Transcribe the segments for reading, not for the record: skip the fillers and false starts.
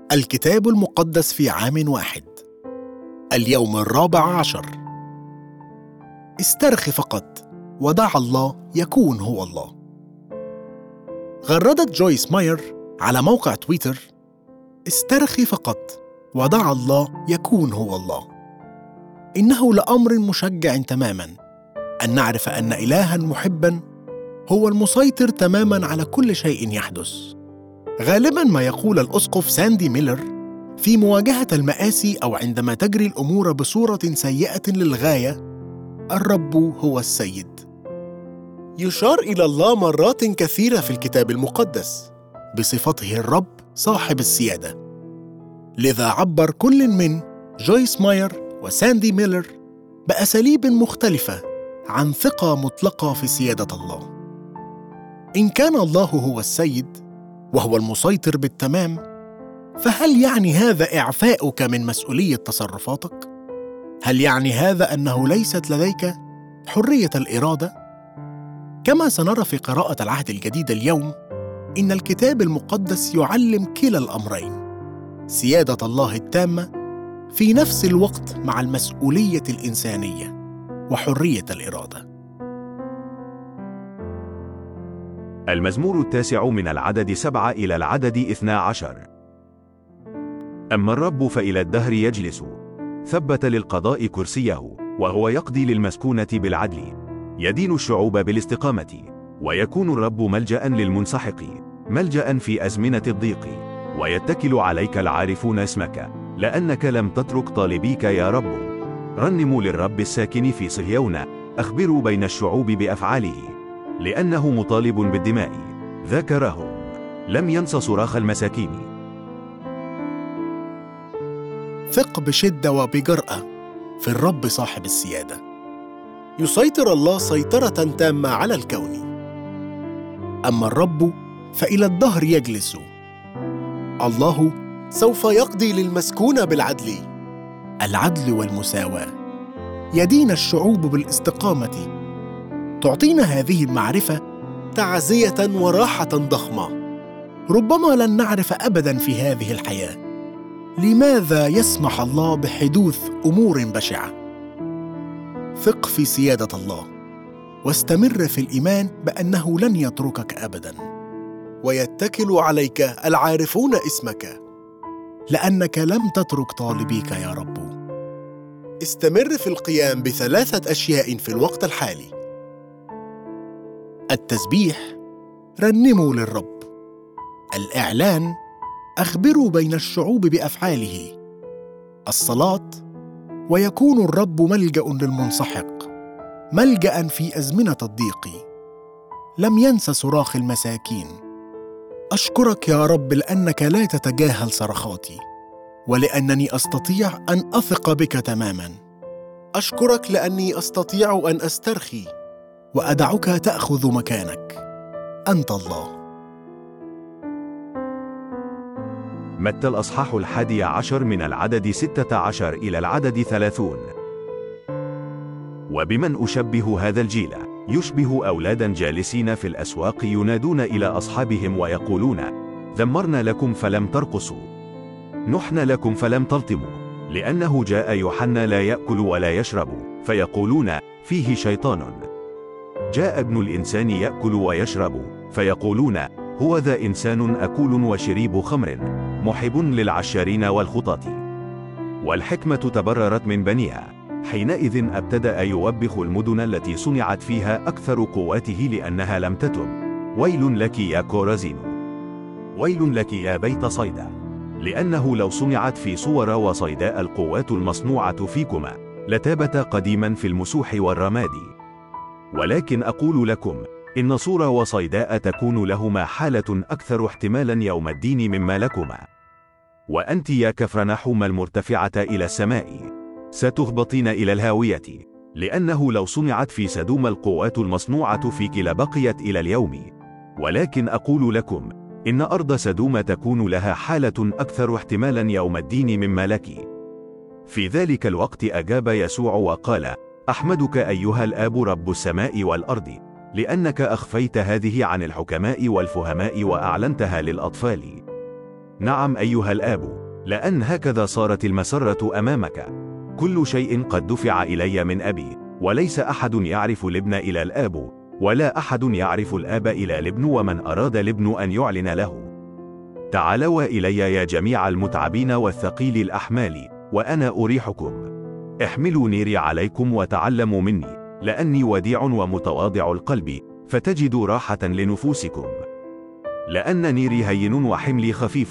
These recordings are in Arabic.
الكتاب المقدس في عام واحد. اليوم 14. استرخي فقط ودع الله يكون هو الله. غردت جويس ماير على موقع تويتر: استرخي فقط ودع الله يكون هو الله. إنه لأمر مشجع تماماً أن نعرف أن إلهاً محباً هو المسيطر تماماً على كل شيء يحدث. غالباً ما يقول الأسقف ساندي ميلر في مواجهة المآسي أو عندما تجري الأمور بصورة سيئة للغاية: الرب هو السيد. يشار إلى الله مرات كثيرة في الكتاب المقدس بصفته الرب صاحب السيادة. لذا عبر كل من جويس ماير وساندي ميلر بأساليب مختلفة عن ثقة مطلقة في سيادة الله. إن كان الله هو السيد وهو المسيطر بالتمام، فهل يعني هذا إعفاؤك من مسؤولية تصرفاتك؟ هل يعني هذا أنه ليست لديك حرية الإرادة؟ كما سنرى في قراءة العهد الجديد اليوم، إن الكتاب المقدس يعلم كلا الأمرين: سيادة الله التامة في نفس الوقت مع المسؤولية الإنسانية وحرية الإرادة. المزمور 9 من العدد 7 إلى العدد 12. أما الرب فإلى الدهر يجلس، ثبت للقضاء كرسيه، وهو يقضي للمسكونة بالعدل، يدين الشعوب بالاستقامة، ويكون الرب ملجأ للمنسحق، ملجأ في أزمنة الضيق، ويتكل عليك العارفون اسمك، لأنك لم تترك طالبيك يا رب. رنموا للرب الساكن في صهيون، أخبروا بين الشعوب بأفعاله، لأنه مطالب بالدماء، ذكرهم، لم ينس صراخ المساكين. ثق بشدة وبجرأة في الرب صاحب السيادة. يسيطر الله سيطرة تامة على الكون. أما الرب فإلى الدهر يجلس. الله سوف يقضي للمسكون بالعدل، العدل والمساواة، يدين الشعوب بالاستقامة. تعطينا هذه المعرفة تعزية وراحة ضخمة. ربما لن نعرف أبداً في هذه الحياة لماذا يسمح الله بحدوث أمور بشعة. ثق في سيادة الله واستمر في الإيمان بأنه لن يتركك أبداً. ويتكل عليك العارفون اسمك، لأنك لم تترك طالبيك يا رب. استمر في القيام ب3 أشياء في الوقت الحالي: التسبيح، رنموا للرب; الإعلان، أخبروا بين الشعوب بأفعاله; الصلاة، ويكون الرب ملجأ للمنسحق، ملجأ في أزمنة الضيق، لم ينس صراخ المساكين. أشكرك يا رب لأنك لا تتجاهل صرخاتي، ولأنني أستطيع أن أثق بك تماماً. أشكرك لأني أستطيع أن أسترخي وأدعك تأخذ مكانك. أنت الله. متى الأصحاح 11 من العدد 16 إلى العدد 30. وبمن أشبه هذا الجيل؟ يشبه أولادا جالسين في الأسواق ينادون إلى أصحابهم ويقولون: ذمرنا لكم فلم ترقصوا، نحن لكم فلم تلطموا، لأنه جاء يوحنا لا يأكل ولا يشرب، فيقولون: فيه شيطان. جاء ابن الإنسان يأكل ويشرب، فيقولون: هو ذا إنسان أكول وشريب خمر، محب للعشارين والخطاة. والحكمة تبررت من بنيها. حينئذ ابتدأ يوبخ المدن التي صنعت فيها أكثر قواته لأنها لم تتب. ويل لك يا كورازين، ويل لك يا بيت صيدا، لأنه لو صنعت في صور وصيداء القوات المصنوعة فيكما لتابتا قديما في المسوح والرماد. ولكن أقول لكم إن صور وصيداء تكون لهما حالة أكثر احتمالا يوم الدين مما لكما. وأنت يا كفرنحوم المرتفعة إلى السماء، ستهبطين إلى الهاوية، لأنه لو صنعت في سدوم القوات المصنوعة فيك لبقيت إلى اليوم. ولكن أقول لكم إن أرض سدوم تكون لها حالة أكثر احتمالا يوم الدين مما لك. في ذلك الوقت أجاب يسوع وقال: أحمدك أيها الآب رب السماء والأرض، لأنك أخفيت هذه عن الحكماء والفهماء وأعلنتها للأطفال. نعم أيها الآب، لأن هكذا صارت المسرة أمامك. كل شيء قد دفع إلي من أبي، وليس أحد يعرف الابن إلى الآب، ولا أحد يعرف الآب إلى الابن، ومن أراد الابن أن يعلن له. تعالوا إلي يا جميع المتعبين والثقيل الأحمال، وأنا أريحكم. احملوا نيري عليكم وتعلموا مني، لأني وديع ومتواضع القلب، فتجدوا راحة لنفوسكم. لأن نيري هين وحملي خفيف.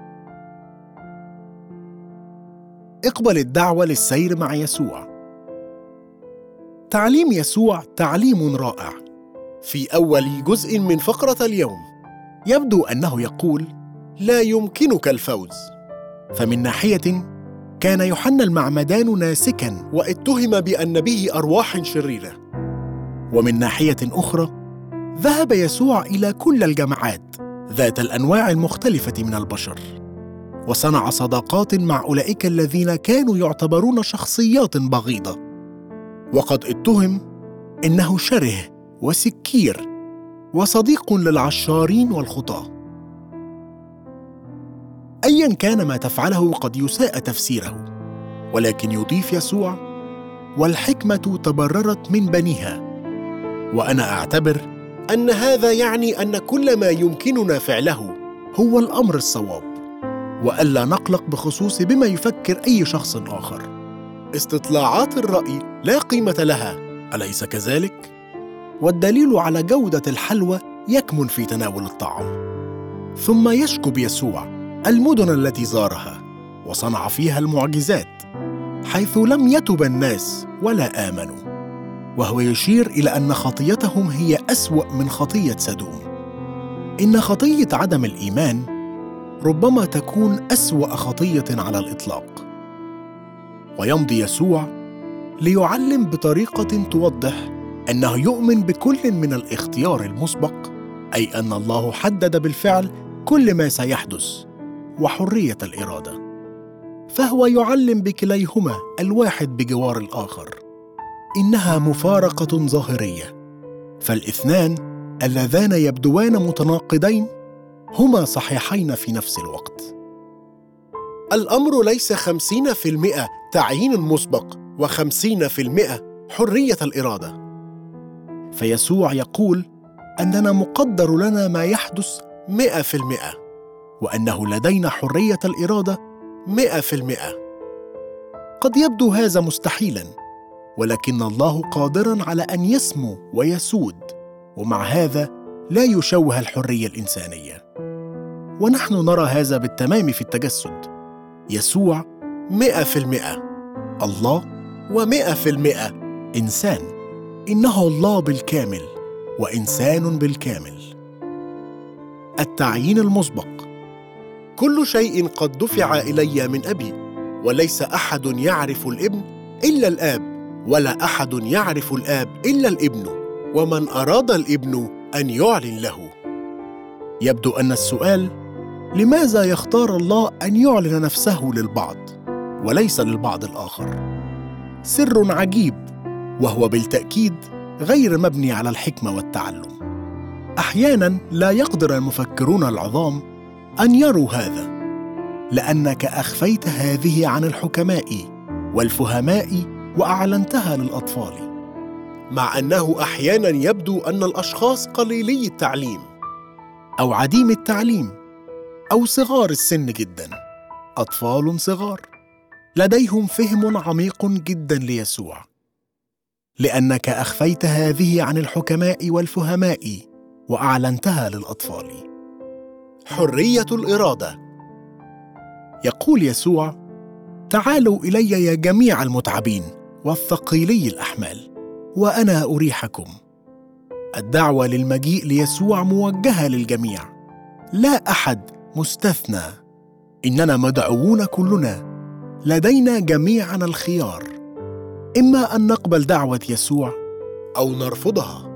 اقبل الدعوة للسير مع يسوع. تعليم يسوع تعليم رائع. في أول جزء من فقرة اليوم يبدو أنه يقول: لا يمكنك الفوز. فمن ناحية كان يوحنا المعمدان ناسكاً واتهم بأن به أرواح شريرة، ومن ناحية أخرى ذهب يسوع إلى كل الجماعات ذات الأنواع المختلفة من البشر، وصنع صداقات مع أولئك الذين كانوا يعتبرون شخصيات بغيضة، وقد اتهم إنه شره وسكير وصديق للعشارين والخطاة. أياً كان ما تفعله قد يساء تفسيره، ولكن يضيف يسوع: والحكمة تبررت من بنيها. وأنا أعتبر أن هذا يعني أن كل ما يمكننا فعله هو الأمر الصواب، وألا نقلق بخصوص بما يفكر أي شخص آخر. استطلاعات الرأي لا قيمة لها، أليس كذلك؟ والدليل على جودة الحلوى يكمن في تناول الطعام. ثم يشكب يسوع المدن التي زارها وصنع فيها المعجزات، حيث لم يتب الناس ولا آمنوا، وهو يشير إلى أن خطيتهم هي أسوأ من خطية سدوم. إن خطية عدم الإيمان ربما تكون أسوأ خطية على الإطلاق. ويمضي يسوع ليعلم بطريقة توضح أنه يؤمن بكل من الاختيار المسبق، أي أن الله حدد بالفعل كل ما سيحدث، وحرية الإرادة. فهو يعلم بكليهما الواحد بجوار الآخر. إنها مفارقة ظاهرية، فالاثنان اللذان يبدوان متناقضين هما صحيحين في نفس الوقت. الأمر ليس 50% تعيين مسبق و50% حرية الإرادة. فيسوع يقول أننا مقدر لنا ما يحدث 100%، وأنه لدينا حرية الإرادة 100%. قد يبدو هذا مستحيلاً، ولكن الله قادراً على أن يسمو ويسود، ومع هذا لا يشوه الحرية الإنسانية. ونحن نرى هذا بالتمام في التجسد. يسوع 100% الله و100% إنسان. إنه الله بالكامل وإنسان بالكامل. التعيين المسبق: كل شيء قد دفع إلي من أبي، وليس أحد يعرف الابن إلا الآب، ولا أحد يعرف الآب إلا الابن، ومن أراد الابن أن يعلن له. يبدو أن السؤال: لماذا يختار الله أن يعلن نفسه للبعض وليس للبعض الآخر؟ سر عجيب، وهو بالتأكيد غير مبني على الحكمة والتعلم. أحياناً لا يقدر المفكرون العظام أن يروا هذا، لأنك أخفيت هذه عن الحكماء والفهماء وأعلنتها للأطفال. مع أنه أحياناً يبدو أن الأشخاص قليلي التعليم أو عديم التعليم أو صغار السن جداً، أطفال صغار لديهم فهم عميق جداً ليسوع، لأنك أخفيت هذه عن الحكماء والفهماء وأعلنتها للأطفال. حرية الإرادة. يقول يسوع: تعالوا إلي يا جميع المتعبين والثقيلي الأحمال، وأنا أريحكم. الدعوة للمجيء ليسوع موجهة للجميع، لا أحد مستثنى. إننا مدعوون كلنا، لدينا جميعا الخيار، إما أن نقبل دعوة يسوع أو نرفضها.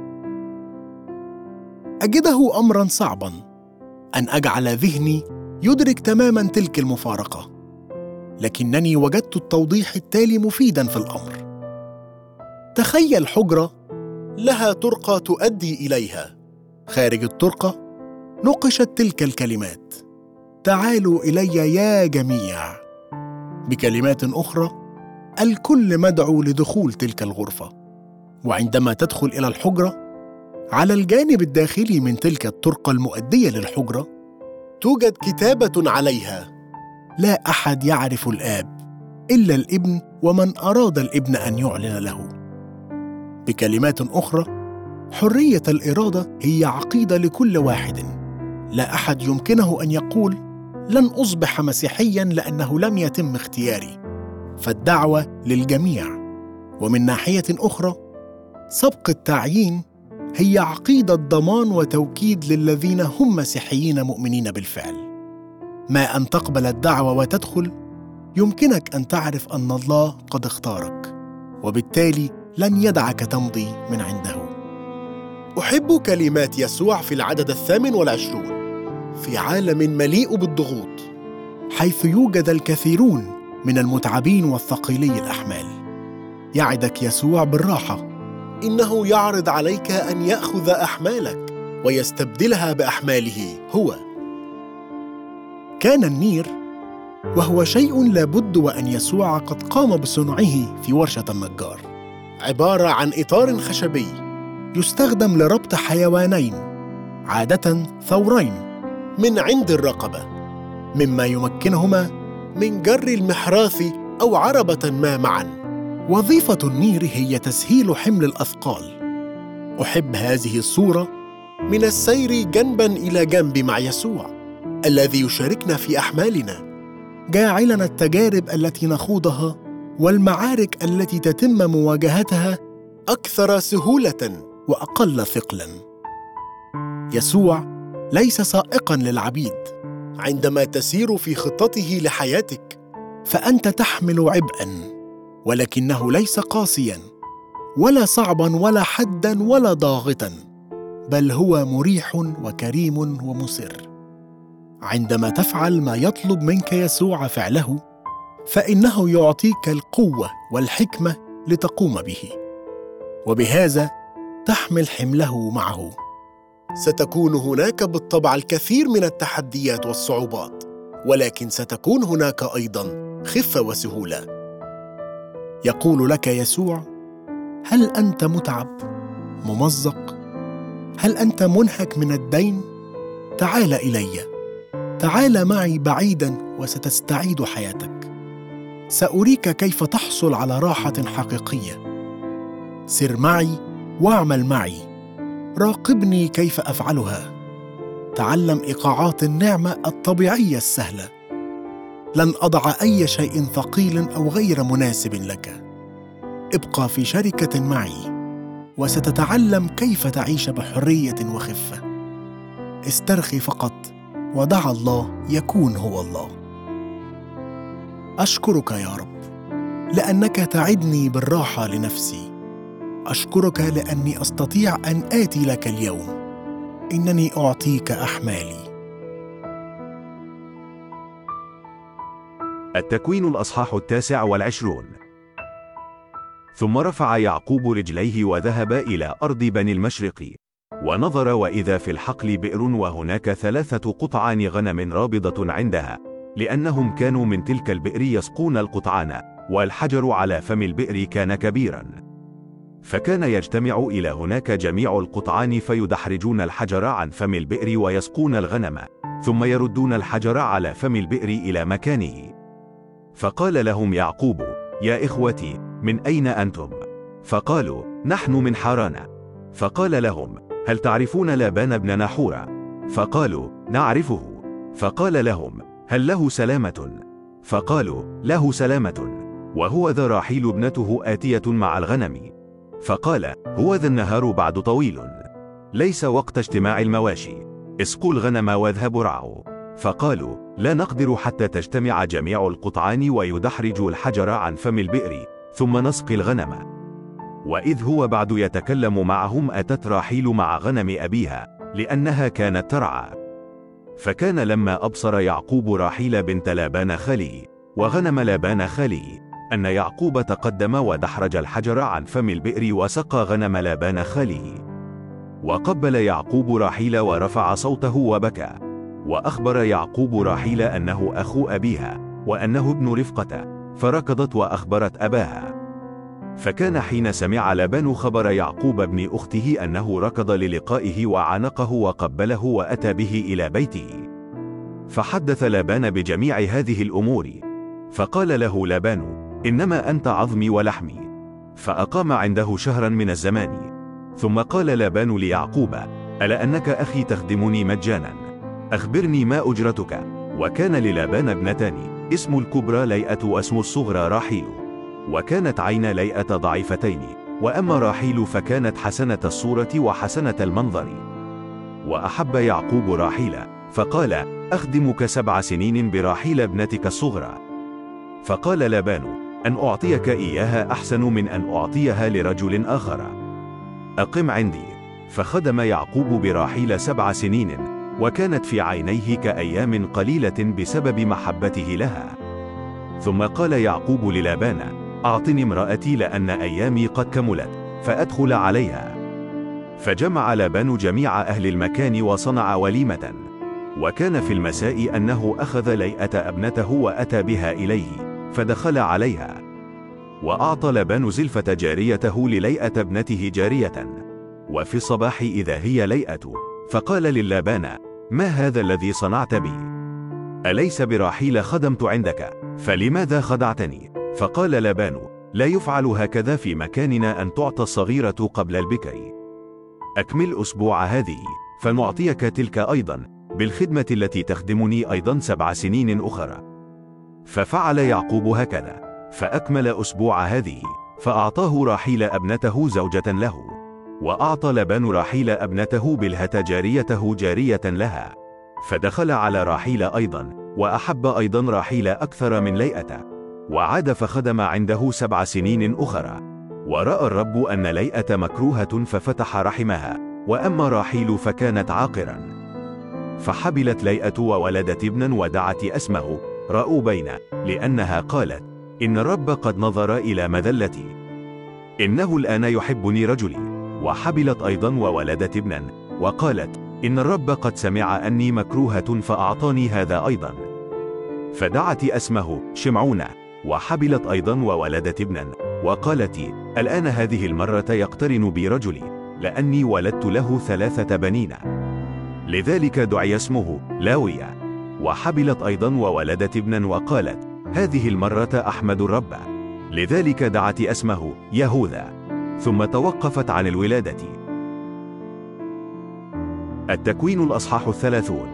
أجده أمرا صعبا أن أجعل ذهني يدرك تماما تلك المفارقة، لكنني وجدت التوضيح التالي مفيدا في الأمر. تخيل حجرة لها طرقة تؤدي إليها. خارج الطرقة نقشت تلك الكلمات: تعالوا إلي يا جميع. بكلمات أخرى، الكل مدعو لدخول تلك الغرفة. وعندما تدخل إلى الحجرة، على الجانب الداخلي من تلك الطرقة المؤدية للحجرة توجد كتابة عليها: لا أحد يعرف الآب إلا الابن ومن أراد الابن أن يعلن له. بكلمات أخرى، حرية الإرادة هي عقيدة لكل واحد. لا أحد يمكنه أن يقول لن أصبح مسيحياً لأنه لم يتم اختياري، فالدعوة للجميع. ومن ناحية أخرى، سبق التعيين هي عقيدة ضمان وتوكيد للذين هم مسيحيين مؤمنين بالفعل. ما أن تقبل الدعوة وتدخل، يمكنك أن تعرف أن الله قد اختارك، وبالتالي لن يدعك تمضي من عنده. أحب كلمات يسوع في العدد 28: في عالم مليء بالضغوط، حيث يوجد الكثيرون من المتعبين والثقيلي الأحمال، يعدك يسوع بالراحة. إنه يعرض عليك أن يأخذ أحمالك ويستبدلها بأحماله هو. كان النير، وهو شيء لابد وأن يسوع قد قام بصنعه في ورشة النجار، عبارة عن إطار خشبي يستخدم لربط حيوانين، عادة ثورين، من عند الرقبة، مما يمكنهما من جر المحراث أو عربة ما معاً. وظيفة النير هي تسهيل حمل الأثقال. أحب هذه الصورة من السير جنباً إلى جنب مع يسوع الذي يشاركنا في أحمالنا، جاعلنا التجارب التي نخوضها والمعارك التي تتم مواجهتها أكثر سهولة وأقل ثقلاً. يسوع ليس سائقاً للعبيد. عندما تسير في خطته لحياتك، فأنت تحمل عبئاً، ولكنه ليس قاسياً ولا صعباً ولا حداً ولا ضاغطاً، بل هو مريح وكريم ومسر. عندما تفعل ما يطلب منك يسوع فعله، فإنه يعطيك القوة والحكمة لتقوم به، وبهذا تحمل حمله معه. ستكون هناك بالطبع الكثير من التحديات والصعوبات، ولكن ستكون هناك أيضاً خفة وسهولة. يقول لك يسوع: هل أنت متعب؟ ممزق؟ هل أنت منهك من الدين؟ تعال إلي، تعال معي بعيداً وستستعيد حياتك. سأريك كيف تحصل على راحة حقيقية. سر معي واعمل معي، راقبني كيف أفعلها. تعلم إيقاعات النعمة الطبيعية السهلة. لن أضع أي شيء ثقيل أو غير مناسب لك. ابقى في شركة معي، وستتعلم كيف تعيش بحرية وخفة. استرخي فقط، ودع الله يكون هو الله. أشكرك يا رب لأنك تعدني بالراحة لنفسي. أشكرك لأني أستطيع أن آتي لك اليوم. إنني أعطيك أحمالي. التكوين الأصحاح 29. ثم رفع يعقوب رجليه وذهب إلى أرض بني المشرق، ونظر وإذا في الحقل بئر، وهناك 3 قطعان غنم رابضة عندها، لأنهم كانوا من تلك البئر يسقون القطعان، والحجر على فم البئر كان كبيرا. فكان يجتمع إلى هناك جميع القطعان، فيدحرجون الحجر عن فم البئر ويسقون الغنم، ثم يردون الحجر على فم البئر إلى مكانه. فقال لهم يعقوب: يا إخوتي، من أين أنتم؟ فقالوا: نحن من حران. فقال لهم: هل تعرفون لابان بن نحورة؟ فقالوا: نعرفه. فقال لهم: هل له سلامة؟ فقالوا: له سلامة، وهو ذا راحيل ابنته آتية مع الغنم. فقال: هو ذا النهار بعد طويل، ليس وقت اجتماع المواشي، اسقوا الغنم واذهبوا رعوا. فقالوا: لا نقدر حتى تجتمع جميع القطعان ويدحرجوا الحجر عن فم البئر، ثم نسقي الغنم. وإذ هو بعد يتكلم معهم، أتت راحيل مع غنم أبيها، لأنها كانت ترعى. فكان لما أبصر يعقوب راحيل بنت لابان خاله وغنم لابان خاله، أن يعقوب تقدم ودحرج الحجر عن فم البئر وسقى غنم لابان خاله. وقبل يعقوب راحيل ورفع صوته وبكى. وأخبر يعقوب راحيل أنه أخو أبيها وأنه ابن رفقة، فركضت وأخبرت أباها. فكان حين سمع لابان خبر يعقوب ابن أخته أنه ركض للقائه وعانقه وقبله وأتى به إلى بيته. فحدث لابان بجميع هذه الأمور. فقال له لابان: إنما أنت عظمي ولحمي. فأقام عنده شهرا من الزمان. ثم قال لابان ليعقوب: ألا أنك أخي تخدمني مجانا؟ أخبرني ما أجرتك. وكان للابان ابنتان، اسم الكبرى ليئة واسم الصغرى راحيل. وكانت عين ليئة ضعيفتين، وأما راحيل فكانت حسنة الصورة وحسنة المنظر. وأحب يعقوب راحيل، فقال: أخدمك 7 سنين براحيل ابنتك الصغرى. فقال لابان: أن أعطيك إياها أحسن من أن أعطيها لرجل آخر. أقم عندي. فخدم يعقوب براحيل 7 سنين، وكانت في عينيه كأيام قليلة بسبب محبته لها. ثم قال يعقوب للابان: أعطني امرأتي لأن أيامي قد كملت، فأدخل عليها. فجمع لابان جميع أهل المكان وصنع وليمة. وكان في المساء أنه أخذ ليئة ابنته وأتى بها إليه، فدخل عليها. وأعطى لابان زلفة جاريته لليئة ابنته جارية. وفي الصباح إذا هي ليئة، فقال للابان: ما هذا الذي صنعت بي؟ أليس براحيل خدمت عندك؟ فلماذا خدعتني؟ فقال لابان: لا يفعل هكذا في مكاننا أن تعطى الصغيرة قبل البكر. أكمل أسبوع هذه، فنعطيك تلك أيضا، بالخدمة التي تخدمني أيضا 7 سنين أخرى. ففعل يعقوب هكذا، فأكمل أسبوع هذه، فأعطاه راحيل ابنته زوجة له. وأعطى لابان راحيل ابنته بلهة جاريته جارية لها. فدخل على راحيل أيضا، وأحب أيضا راحيل أكثر من ليئة. وعاد فخدم عنده 7 سنين أخرى. ورأى الرب أن ليئة مكروهة ففتح رحمها، وأما راحيل فكانت عاقرا. فحبلت ليئة وولدت ابنا ودعت اسمه رأوبين، لأنها قالت: إن الرب قد نظر إلى مذلتي، إنه الآن يحبني رجلي. وحبلت أيضا وولدت ابنا، وقالت: إن الرب قد سمع أني مكروهة فأعطاني هذا أيضا. فدعت اسمه شمعون. وحبلت أيضا وولدت ابنا، وقالت: الآن هذه المرة يقترن بي رجلي، لأني ولدت له 3 بنين. لذلك دعي اسمه لاوية. وحبلت أيضا وولدت ابنا، وقالت: هذه المرة أحمد الرب. لذلك دعت اسمه يهوذا. ثم توقفت عن الولادة. التكوين الأصحاح 30.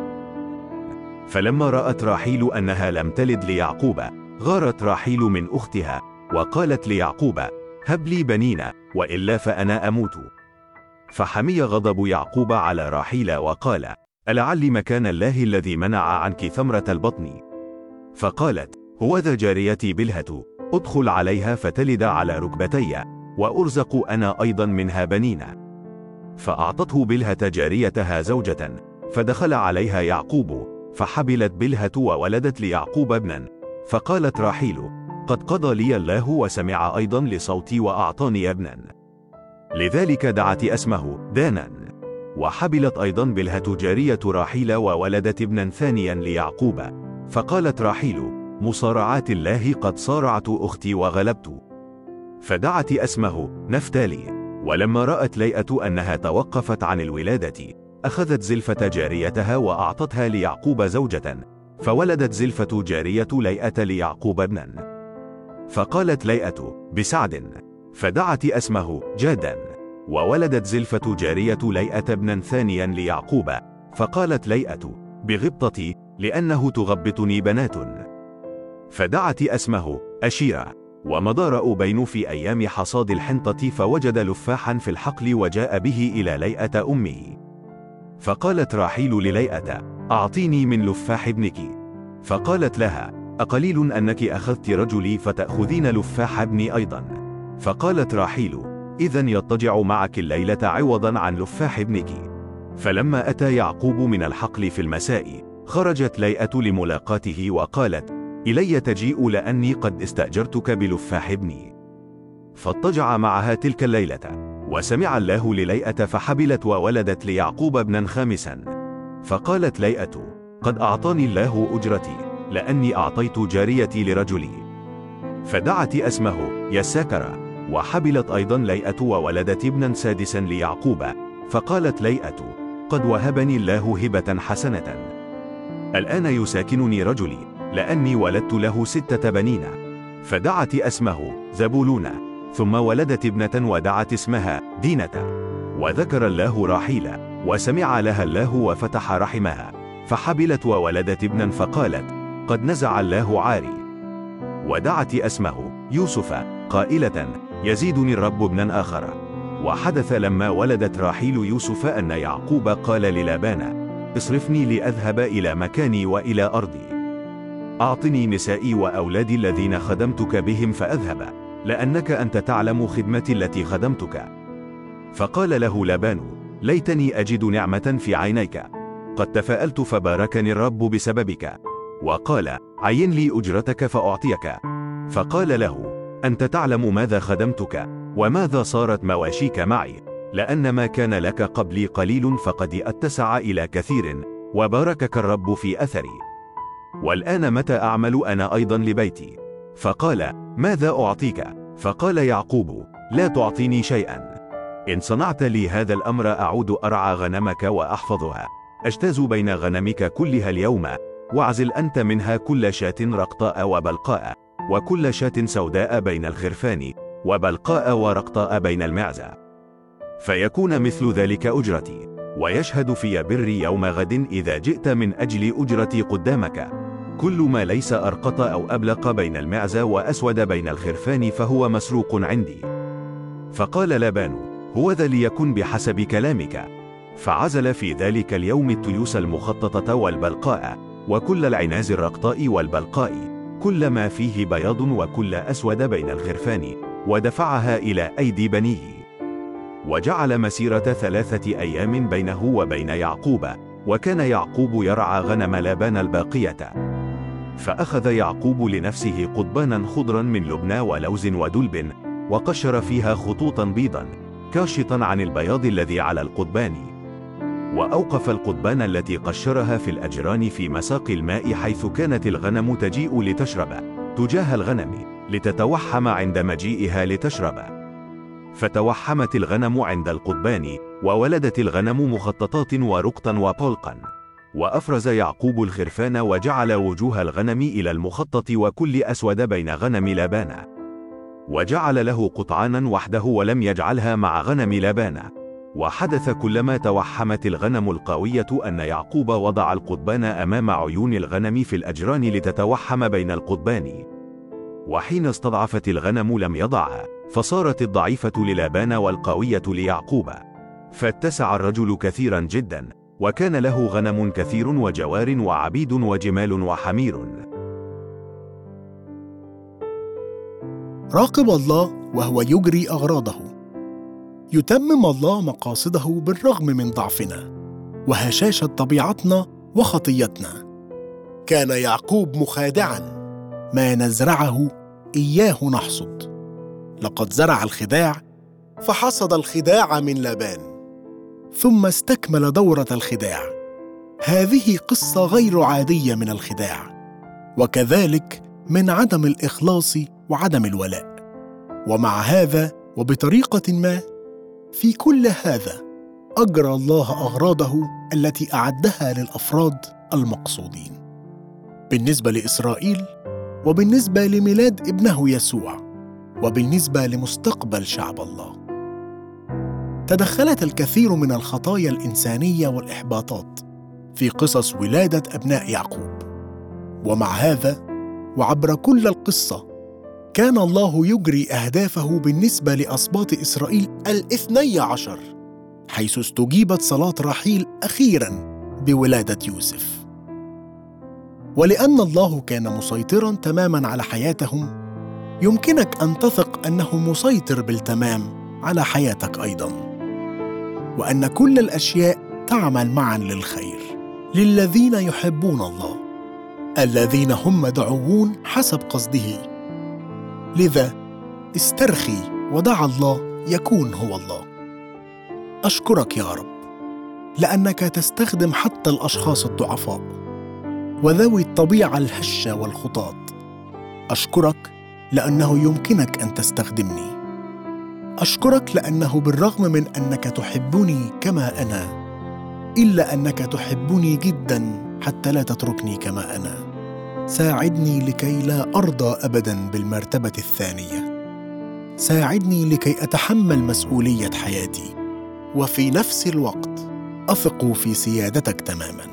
فلما رأت راحيل أنها لم تلد ليعقوب، غارت راحيل من أختها، وقالت ليعقوب: هب لي بنين، وإلا فأنا أموت. فحمي غضب يعقوب على راحيل وقال: ألعل مكان الله الذي منع عنك ثمرة البطن؟ فقالت: هوذا جاريتي بلهة، أدخل عليها فتلد على ركبتي، وأرزق أنا أيضا منها بنين. فأعطته بلهة جاريتها زوجة، فدخل عليها يعقوب، فحبلت بلهة وولدت ليعقوب ابنا. فقالت راحيل: قد قضى لي الله وسمع أيضا لصوتي وأعطاني ابنا. لذلك دعت اسمه دانا. وحبلت أيضا بلهة جارية راحيل وولدت ابنا ثانيا ليعقوب. فقالت راحيل: مصارعات الله قد صارعت أختي وغلبت. فدعت اسمه نفتالي. ولما رأت ليئة أنها توقفت عن الولادة، أخذت زلفة جاريتها وأعطتها ليعقوب زوجة، فولدت زلفة جارية ليئة ليعقوب ابنا. فقالت ليئة: بسعد. فدعت اسمه جادا. وولدت زلفة جارية ليئة ابنا ثانيا ليعقوب. فقالت ليئة: بغبطتي، لأنه تغبطني بنات. فدعت اسمه أشيرة. ومضى رأوبين في أيام حصاد الحنطة، فوجد لفاحا في الحقل وجاء به إلى ليئة أمه. فقالت راحيل لليئة: أعطيني من لفاح ابنك. فقالت لها: أقليل أنك أخذت رجلي فتأخذين لفاح ابني أيضا؟ فقالت راحيل: إذن يضطجع معك الليلة عوضا عن لفاح ابنك. فلما أتى يعقوب من الحقل في المساء، خرجت ليئة لملاقاته وقالت: إلي تجيء لأني قد استأجرتك بلفاح ابني. فاضطجع معها تلك الليلة. وسمع الله لليئة فحبلت وولدت ليعقوب ابنا خامسا. فقالت ليئة: قد أعطاني الله أجرتي، لأني أعطيت جاريتي لرجلي. فدعت اسمه يساكر، وحبلت أيضا ليئة وولدت ابنا سادسا ليعقوب. فقالت ليئة: قد وهبني الله هبة حسنة، الآن يساكنني رجلي، لأني ولدت له 6 بنين. فدعت اسمه زبولون. ثم ولدت ابنة ودعت اسمها دينة. وذكر الله راحيل، وسمع لها الله وفتح رحمها، فحبلت وولدت ابنا، فقالت: قد نزع الله عاري. ودعت اسمه يوسف، قائلة: يزيدني الرب ابنا آخر. وحدث لما ولدت راحيل يوسف أن يعقوب قال للابان: اصرفني لأذهب إلى مكاني وإلى أرضي، أعطني نسائي وأولادي الذين خدمتك بهم فأذهب، لأنك أنت تعلم خدمتي التي خدمتك. فقال له لابان: ليتني أجد نعمة في عينيك، قد تفاءلت فباركني الرب بسببك. وقال: عين لي أجرتك فأعطيك. فقال له: أنت تعلم ماذا خدمتك، وماذا صارت مواشيك معي، لأن ما كان لك قبلي قليل فقد اتسع إلى كثير، وباركك الرب في أثري. والآن متى أعمل أنا أيضا لبيتي؟ فقال: ماذا أعطيك؟ فقال يعقوب: لا تعطيني شيئا. إن صنعت لي هذا الأمر أعود أرعى غنمك وأحفظها، أجتاز بين غنمك كلها اليوم، واعزل أنت منها كل شاة رقطاء وبلقاء، وكل شاة سوداء بين الخرفان، وبلقاء ورقطاء بين المعزة، فيكون مثل ذلك أجرتي. ويشهد في بري يوم غد إذا جئت من أجل أجرتي قدامك، كل ما ليس أرقط أو أبلق بين المعزة وأسود بين الخرفان فهو مسروق عندي. فقال لابان: هوذا ليكن بحسب كلامك. فعزل في ذلك اليوم التيوس المخططة والبلقاء، وكل العناز الرقطاء والبلقاء، كل ما فيه بياض وكل أسود بين الخرفان، ودفعها إلى أيدي بنيه. وجعل مسيرة 3 أيام بينه وبين يعقوب، وكان يعقوب يرعى غنم لابان الباقية. فأخذ يعقوب لنفسه قضبانا خضرا من لبنى ولوز ودلب، وقشر فيها خطوطا بيضا كاشطا عن البياض الذي على القضبان، وأوقف القضبان التي قشرها في الأجران في مساق الماء حيث كانت الغنم تجيء لتشرب، تجاه الغنم لتتوحم عند مجيئها لتشرب. فتوحمت الغنم عند القضبان، وولدت الغنم مخططات ورقطا وبلقا. وأفرز يعقوب الخرفان وجعل وجوه الغنم إلى المخطط وكل أسود بين غنم لابان، وجعل له قطعانا وحده ولم يجعلها مع غنم لابان. وحدث كلما توحمت الغنم القوية أن يعقوب وضع القضبان أمام عيون الغنم في الأجران لتتوحم بين القضبان، وحين استضعفت الغنم لم يضعها، فصارت الضعيفة للابان والقوية ليعقوب. فاتسع الرجل كثيرا جدا، وكان له غنم كثير وجوار وعبيد وجمال وحمير. راقب الله وهو يجري أغراضه. يتمم الله مقاصده بالرغم من ضعفنا وهشاشة طبيعتنا وخطيتنا. كان يعقوب مخادعا، ما نزرعه إياه نحصد. لقد زرع الخداع فحصد الخداع من لابان، ثم استكمل دورة الخداع. هذه قصة غير عادية من الخداع، وكذلك من عدم الإخلاص وعدم الولاء. ومع هذا وبطريقة ما في كل هذا أجرى الله أغراضه التي أعدها للأفراد المقصودين، بالنسبة لإسرائيل، وبالنسبة لميلاد ابنه يسوع، وبالنسبة لمستقبل شعب الله. تدخلت الكثير من الخطايا الإنسانية والإحباطات في قصص ولادة أبناء يعقوب، ومع هذا وعبر كل القصة كان الله يجري أهدافه بالنسبة لأسباط إسرائيل 12، حيث استجيبت صلاة راحيل أخيراً بولادة يوسف. ولأن الله كان مسيطراً تماماً على حياتهم، يمكنك أن تثق أنه مسيطر بالتمام على حياتك أيضاً، وأن كل الأشياء تعمل معاً للخير للذين يحبون الله، الذين هم مدعوون حسب قصده. لذا استرخي ودع الله يكون هو الله. أشكرك يا رب لأنك تستخدم حتى الأشخاص الضعفاء وذوي الطبيعة الهشة والخطاة. أشكرك لأنه يمكنك أن تستخدمني. أشكرك لأنه بالرغم من أنك تحبني كما أنا، إلا أنك تحبني جداً حتى لا تتركني كما أنا. ساعدني لكي لا أرضى أبداً بالمرتبة الثانية. ساعدني لكي أتحمل مسؤولية حياتي، وفي نفس الوقت أثق في سيادتك تماماً.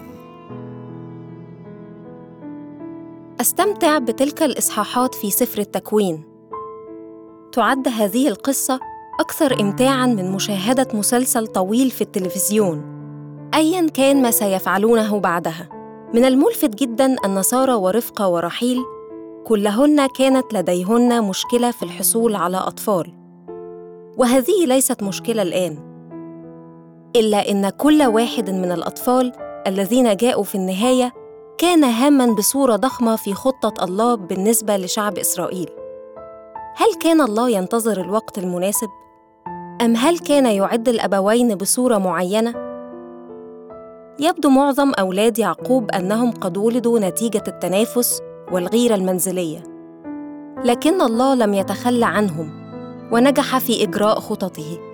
أستمتع بتلك الإصحاحات في سفر التكوين. تعد هذه القصة أكثر إمتاعاً من مشاهدة مسلسل طويل في التلفزيون، أياً كان ما سيفعلونه بعدها. من الملفت جداً أن سارة ورفقة ورحيل كلهن كانت لديهن مشكلة في الحصول على أطفال، وهذه ليست مشكلة الآن، إلا إن كل واحد من الأطفال الذين جاءوا في النهاية كان هاماً بصورة ضخمة في خطة الله بالنسبة لشعب إسرائيل. هل كان الله ينتظر الوقت المناسب؟ أم هل كان يعد الأبوين بصورة معينة؟ يبدو معظم أولاد يعقوب أنهم قد ولدوا نتيجة التنافس والغيرة المنزلية، لكن الله لم يتخلى عنهم ونجح في إجراء خططه.